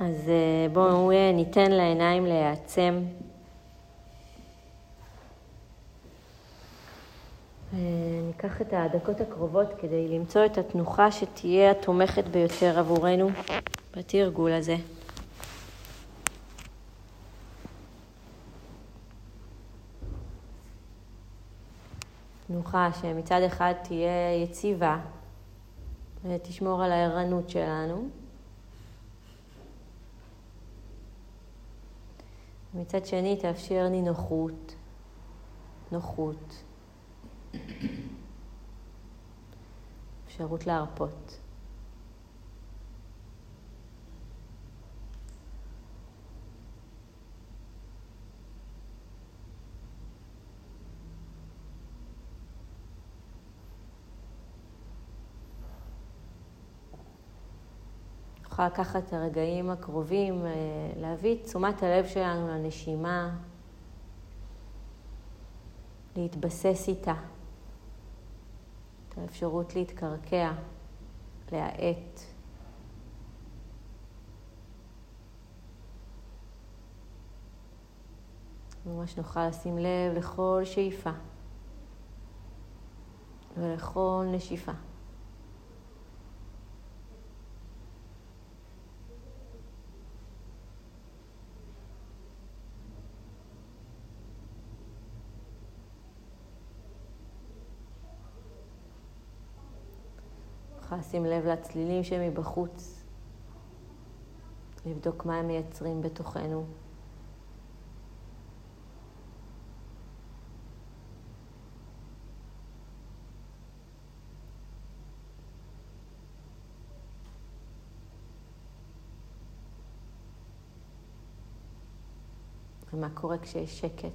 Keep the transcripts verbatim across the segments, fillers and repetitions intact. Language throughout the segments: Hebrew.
אז בואו ניתן לעיניים להיעצם. ניקח את הדקות הקרובות כדי למצוא את התנוחה שתהיה התומכת ביותר עבורנו בתרגול הזה. תנוחה שמצד אחד תהיה יציבה ותשמור על הערנות שלנו. מצד שני תאפשר לי נוחות, נוחות, אפשרות להרפות. נוכל לקחת את הרגעים הקרובים, להביא את תשומת הלב שלנו לנשימה, להתבסס איתה, את האפשרות להתקרקע, להאט. ממש נוכל לשים לב לכל שאיפה ולכל נשיפה. שים לב לצלילים שמבחוץ, לבדוק מה הם מייצרים בתוכנו. ומה קורה כשיש שקט.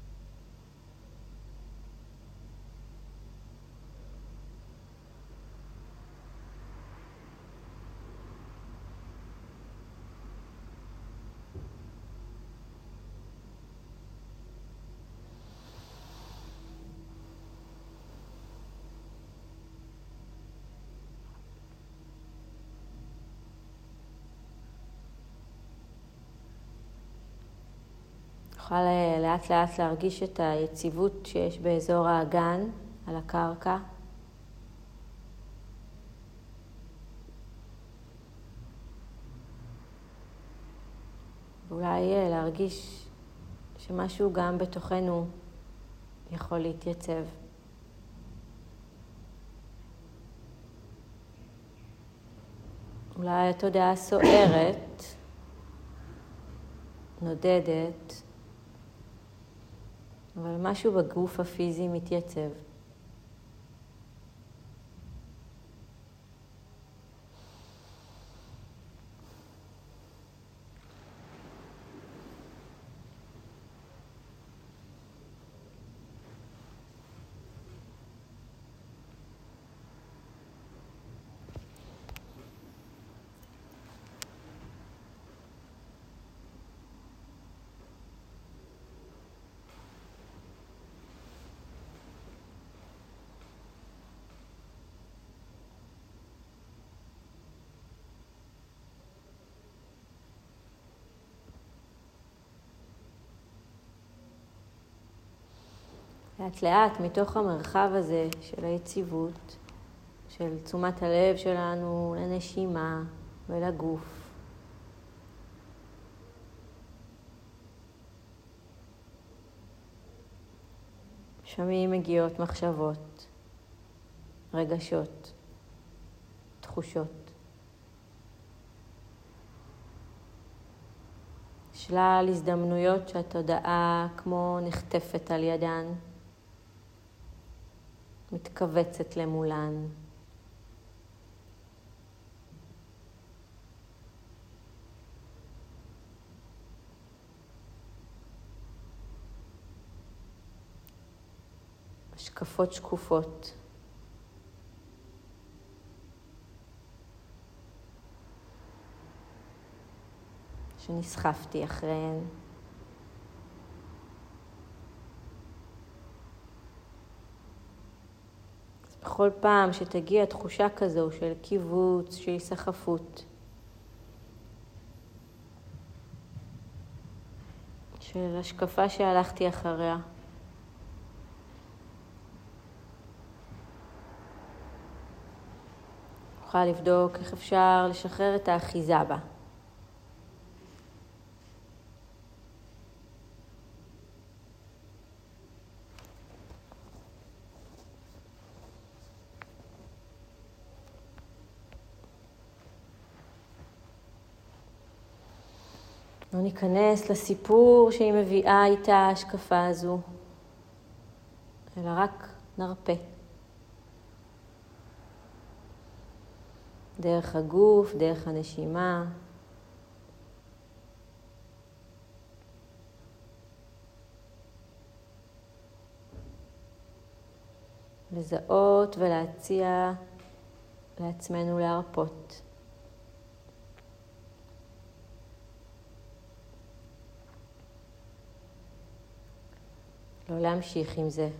נוכל לאט לאט להרגיש את היציבות שיש באזור האגן על הקרקע. ואולי להרגיש שמשהו גם בתוכנו יכול להתייצב. אולי התודעה סוערת, נודדת, אבל משהו בגוף הפיזי מתייצב. לאט לאט מתוך המרחב הזה של היציבות, של תשומת הלב שלנו לנשימה ולגוף. שומעים מגיעות מחשבות, רגשות, תחושות. שלל הזדמנויות שהתודעה כמו נחטפת על ידן, מתכווצת למולן. השקפות שקופות. שנסחפתי אחריהן. בכל פעם שתגיע תחושה כזו של קיבוץ, של סחפות, של השקפה שהלכתי אחריה. אוכל לבדוק איך אפשר לשחרר את האחיזה בה. לא ניכנס לסיפור שהיא מביאה איתה ההשקפה הזו, אלא רק נרפה. דרך הגוף, דרך הנשימה. לזהות ולהציע לעצמנו להרפות. לא להמשיך עם זה.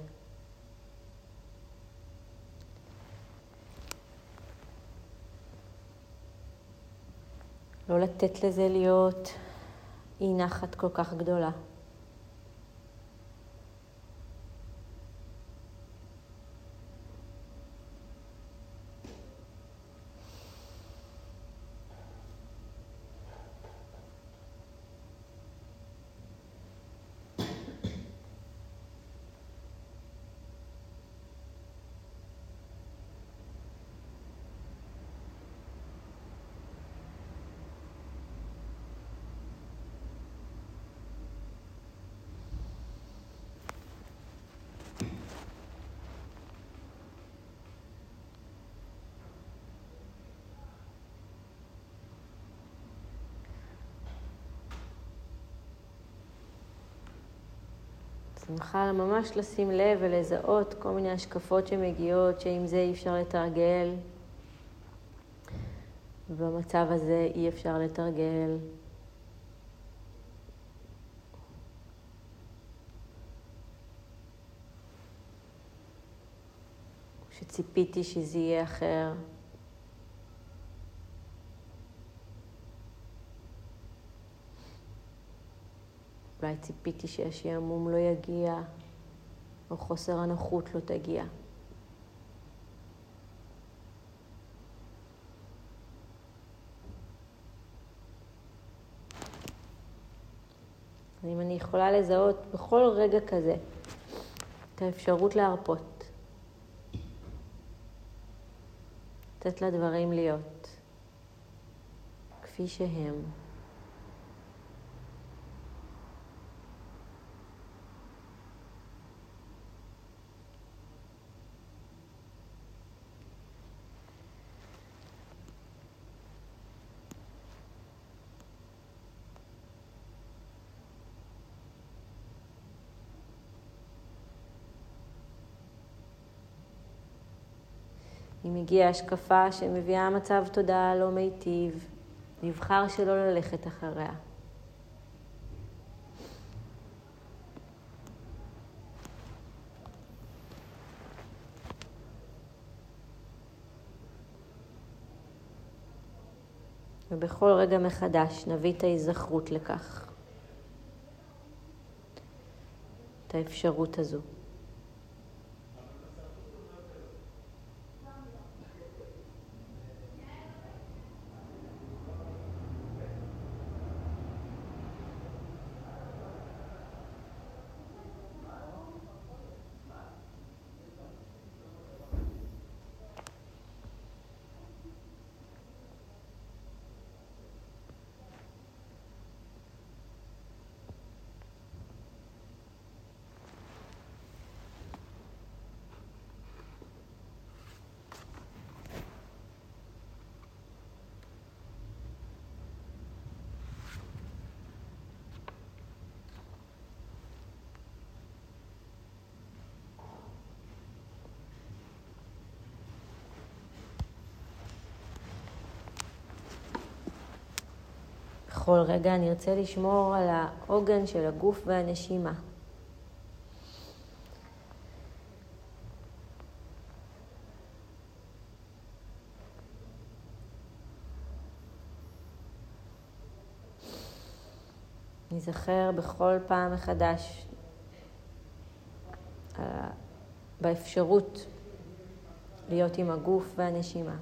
לא לתת לזה להיות אי נחת כל כך גדולה. שמחה ממש לשים לב ולזהות כל מיני השקפות שמגיעות, שעם זה אי אפשר לתרגל. ובמצב הזה אי אפשר לתרגל. שציפיתי שזה יהיה אחר. אולי ציפיתי שהשעמום לא יגיע, או חוסר הנוחות לא תגיע. אם אני יכולה לזהות בכל רגע כזה את האפשרות להרפות, לתת לדברים להיות כפי שהם. אם הגיעה השקפה שמביאה מצב תודעה לא מיטיב, נבחר שלא ללכת אחריה. ובכל רגע מחדש נביא את ההיזכרות לכך, את האפשרות הזו. בכל רגע אני ארצה לשמור על העוגן של הגוף והנשימה. נזכר בכל פעם מחדש באפשרות להיות עם הגוף והנשימה.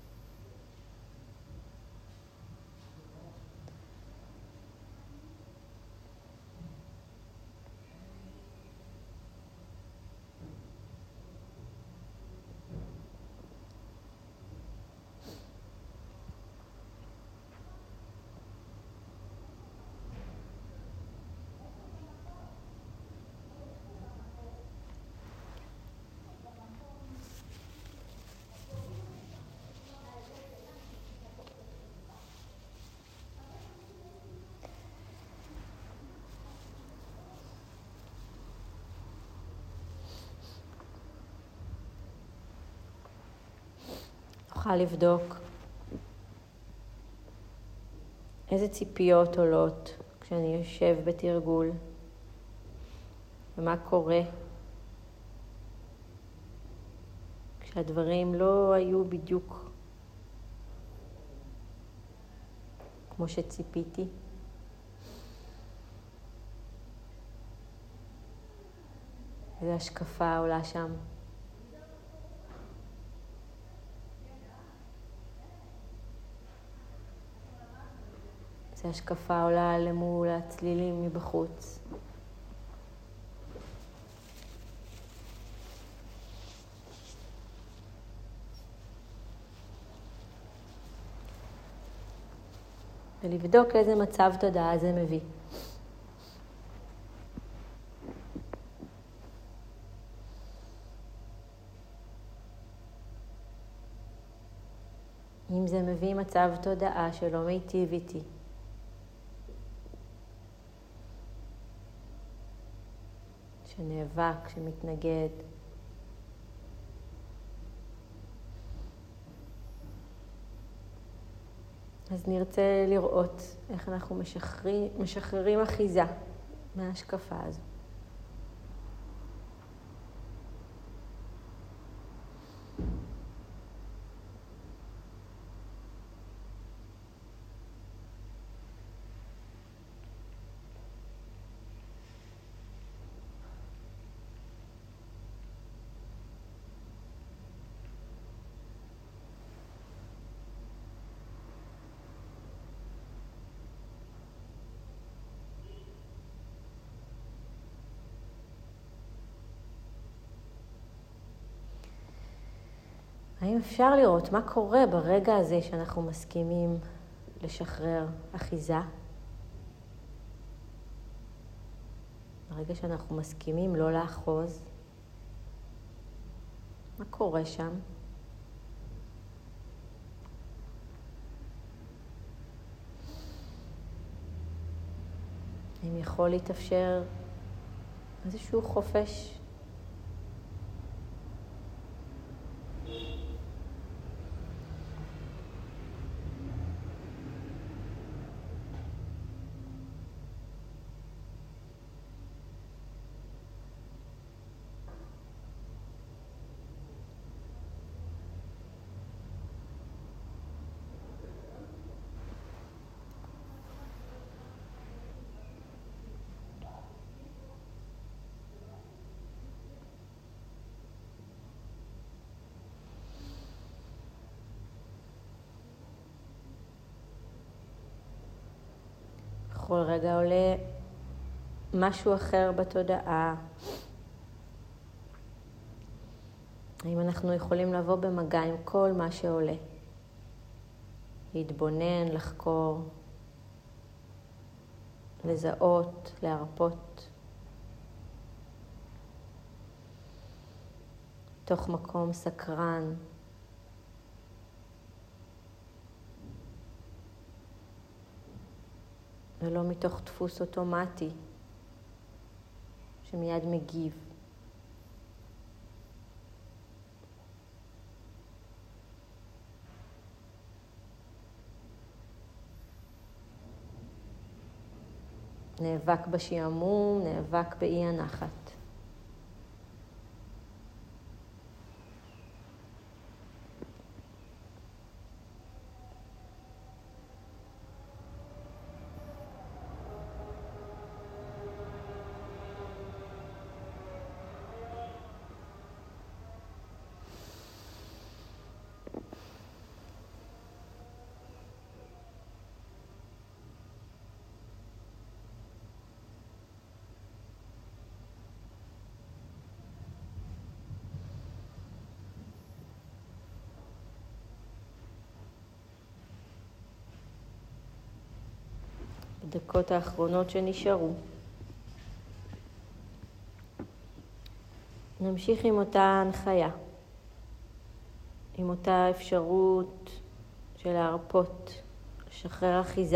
נוכל לבדוק איזה ציפיות עולות כשאני יושב בתרגול, ומה קורה כשהדברים לא היו בדיוק כמו שציפיתי. איזו השקפה עולה שם. איזו השקפה עולה למול הצלילים מבחוץ. ולבדוק איזה מצב תודעה זה מביא. אם זה מביא מצב תודעה שלא מיטיב איתי, שנאבק, שמתנגד, אז נרצה לראות איך אנחנו משחררים, משחררים אחיזה מההשקפה הזו. האם אפשר לראות מה קורה ברגע הזה שאנחנו מסכימים לשחרר אחיזה? ברגע שאנחנו מסכימים לא לאחוז, מה קורה שם? האם יכול להתאפשר איזשהו חופש? בכל רגע עולה משהו אחר בתודעה. האם אנחנו יכולים לבוא במגע עם כל מה שעולה? להתבונן, לחקור, לזהות, להרפות. תוך מקום סקרן. ולא מתוך דפוס אוטומטי שמיד מגיב. נאבק בשעמום, נאבק באי הנחת. דקות האחרונות שנשארו. נמשיך עם אותה הנחיה, עם אותה אפשרות של להרפות, לשחרר אחיזה.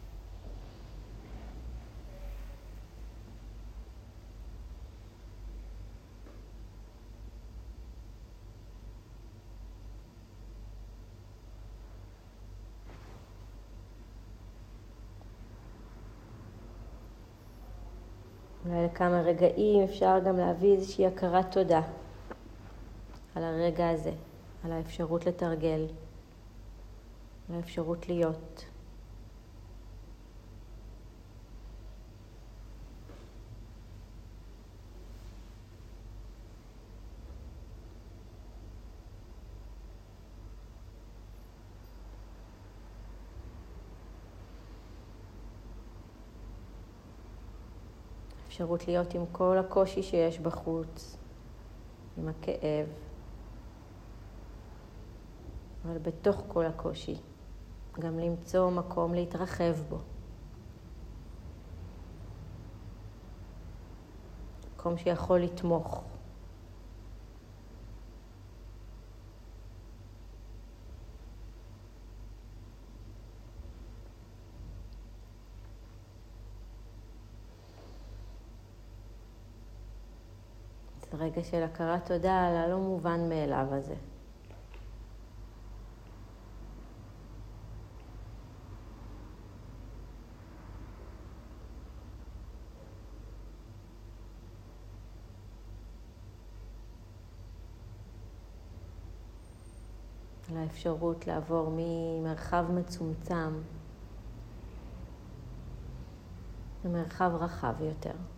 אולי לכמה רגעים אפשר גם להביא איזושהי הכרת תודה על הרגע הזה, על האפשרות לתרגל, על האפשרות להיות. אפשרות להיות עם כל הקושי שיש בחוץ, עם הכאב, אבל בתוך כל הקושי, גם למצוא מקום להתרחב בו. מקום שיכול לתמוך. זה רגע של הכרת תודה על הלא מובן מאליו הזה. על האפשרות לעבור ממרחב מצומצם למרחב רחב יותר.